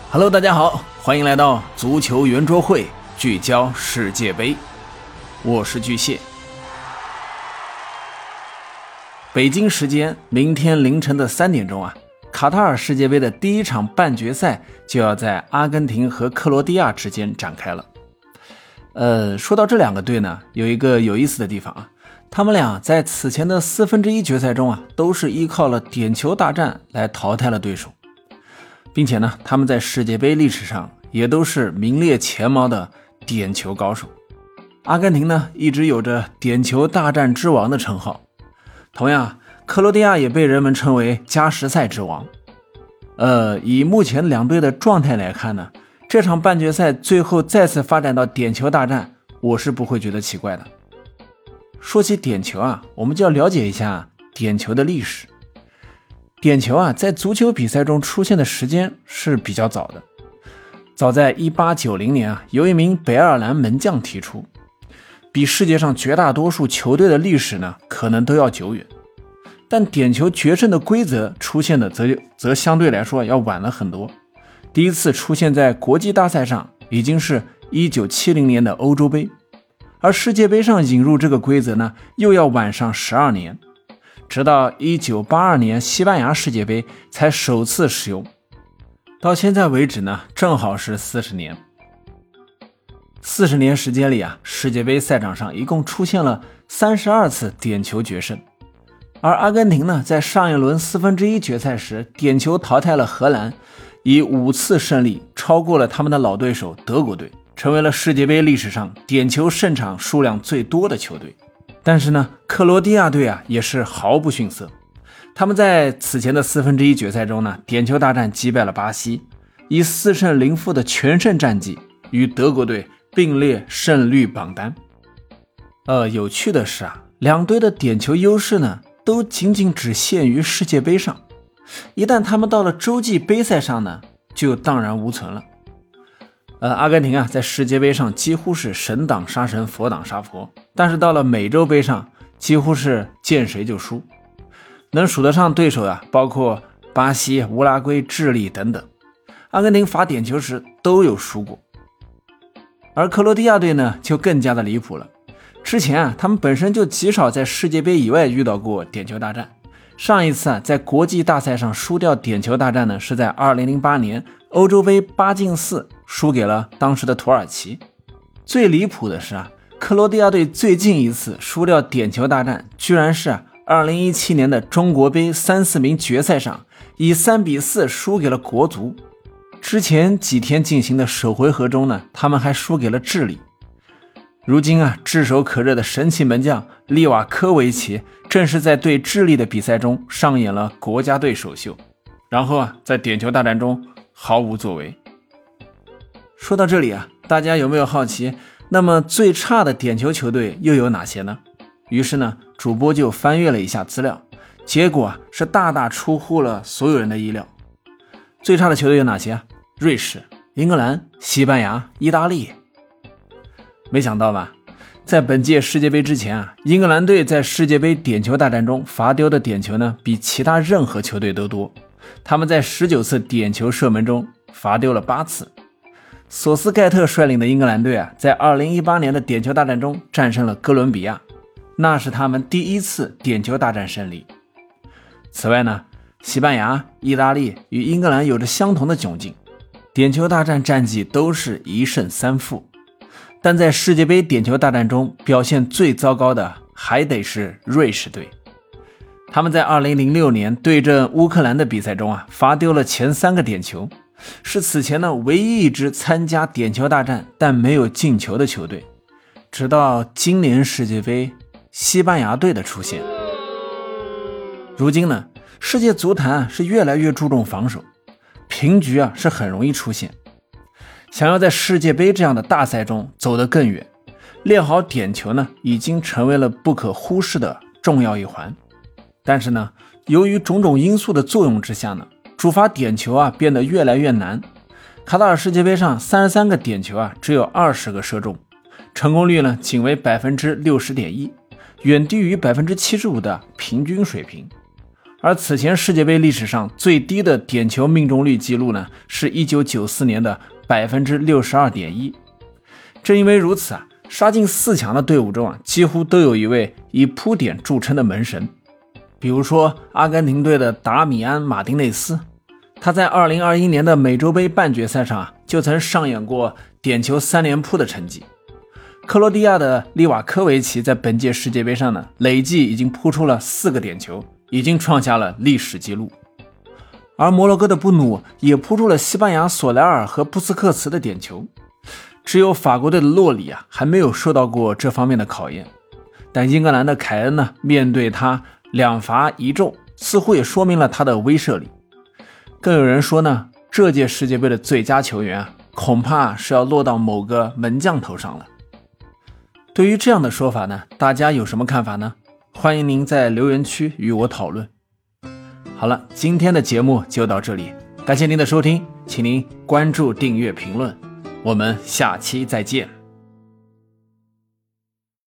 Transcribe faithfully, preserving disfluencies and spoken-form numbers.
Hello， 大家好，欢迎来到足球圆桌会，聚焦世界杯。我是巨蟹。北京时间明天凌晨的三点钟啊，卡塔尔世界杯的第一场半决赛就要在阿根廷和克罗地亚之间展开了。呃，说到这两个队呢，有一个有意思的地方啊，他们俩在此前的四分之一决赛中啊，都是依靠了点球大战来淘汰了对手。并且呢，他们在世界杯历史上也都是名列前茅的点球高手。阿根廷呢，一直有着点球大战之王的称号。同样，克罗地亚也被人们称为加时赛之王。呃，以目前两队的状态来看呢，这场半决赛最后再次发展到点球大战，我是不会觉得奇怪的。说起点球啊，我们就要了解一下点球的历史。点球啊，在足球比赛中出现的时间是比较早的。早在一八九零年啊，有一名北爱尔兰门将提出，比世界上绝大多数球队的历史呢，可能都要久远。但点球决胜的规则出现的则则相对来说要晚了很多。第一次出现在国际大赛上已经是一九七零年的欧洲杯，而世界杯上引入这个规则呢，又要晚上十二年。直到一九八二年西班牙世界杯才首次使用，到现在为止呢，正好是四十年。四十年时间里啊，世界杯赛场上一共出现了三十二次点球决胜，而阿根廷呢，在上一轮四分之一决赛时点球淘汰了荷兰，以五次胜利超过了他们的老对手德国队，成为了世界杯历史上点球胜场数量最多的球队。但是呢，克罗地亚队啊也是毫不逊色，他们在此前的四分之一决赛中呢，点球大战击败了巴西，以四胜零负的全胜战绩与德国队并列胜率榜单。呃，有趣的是啊，两队的点球优势呢，都仅仅只限于世界杯上，一旦他们到了洲际杯赛上呢，就荡然无存了。呃，阿根廷啊，在世界杯上几乎是神挡杀神，佛挡杀佛，但是到了美洲杯上，几乎是见谁就输。能数得上对手啊，包括巴西、乌拉圭、智利等等。阿根廷罚点球时都有输过。而克罗地亚队呢，就更加的离谱了。之前啊，他们本身就极少在世界杯以外遇到过点球大战。上一次啊，在国际大赛上输掉点球大战呢，是在二零零八年欧洲杯八进四输给了当时的土耳其。最离谱的是啊，克罗地亚队最近一次输掉点球大战，居然是二零一七年的中国杯三四名决赛上，以三比四输给了国足。之前几天进行的首回合中呢，他们还输给了智利。如今啊，炙手可热的神奇门将利瓦科维奇正是在对智利的比赛中上演了国家队首秀，然后啊，在点球大战中毫无作为。说到这里啊，大家有没有好奇，那么最差的点球球队又有哪些呢？于是呢，主播就翻阅了一下资料，结果啊，是大大出乎了所有人的意料。最差的球队有哪些啊？瑞士、英格兰、西班牙、意大利。没想到吧，在本届世界杯之前啊，英格兰队在世界杯点球大战中罚丢的点球呢，比其他任何球队都多。他们在十九次点球射门中罚丢了八次。索斯盖特率领的英格兰队啊，在二零一八年的点球大战中战胜了哥伦比亚，那是他们第一次点球大战胜利。此外呢，西班牙、意大利与英格兰有着相同的窘境，点球大战战绩都是一胜三负。但在世界杯点球大战中表现最糟糕的还得是瑞士队。他们在二零零六年对阵乌克兰的比赛中啊，罚丢了前三个点球，是此前呢唯一一支参加点球大战但没有进球的球队。直到今年世界杯西班牙队的出现。如今呢，世界足坛啊是越来越注重防守，平局啊是很容易出现。想要在世界杯这样的大赛中走得更远，练好点球呢，已经成为了不可忽视的重要一环。但是呢，由于种种因素的作用之下呢，主罚点球啊变得越来越难。卡塔尔世界杯上三十三个点球啊，只有二十个射中，成功率呢仅为 百分之六十点一， 远低于 百分之七十五 的平均水平。 而此前世界杯历史上最低的点球命中率记录呢，是一九九四年的 百分之六十二点一。 正因为如此啊，杀进四强的队伍中啊，几乎都有一位以扑点著称的门神。比如说阿根廷队的达米安·马丁内斯，他在二零二一年的美洲杯半决赛上啊，就曾上演过点球三连扑的成绩。克罗地亚的利瓦科维奇在本届世界杯上呢，累计已经扑出了四个点球，已经创下了历史纪录。而摩洛哥的布努也扑出了西班牙索莱尔和布斯克茨的点球。只有法国队的洛里啊，还没有受到过这方面的考验。但英格兰的凯恩呢，面对他两罚一中，似乎也说明了他的威慑力。更有人说呢，这届世界杯的最佳球员啊，恐怕是要落到某个门将头上了。对于这样的说法呢，大家有什么看法呢？欢迎您在留言区与我讨论。好了，今天的节目就到这里，感谢您的收听，请您关注、订阅、评论，我们下期再见。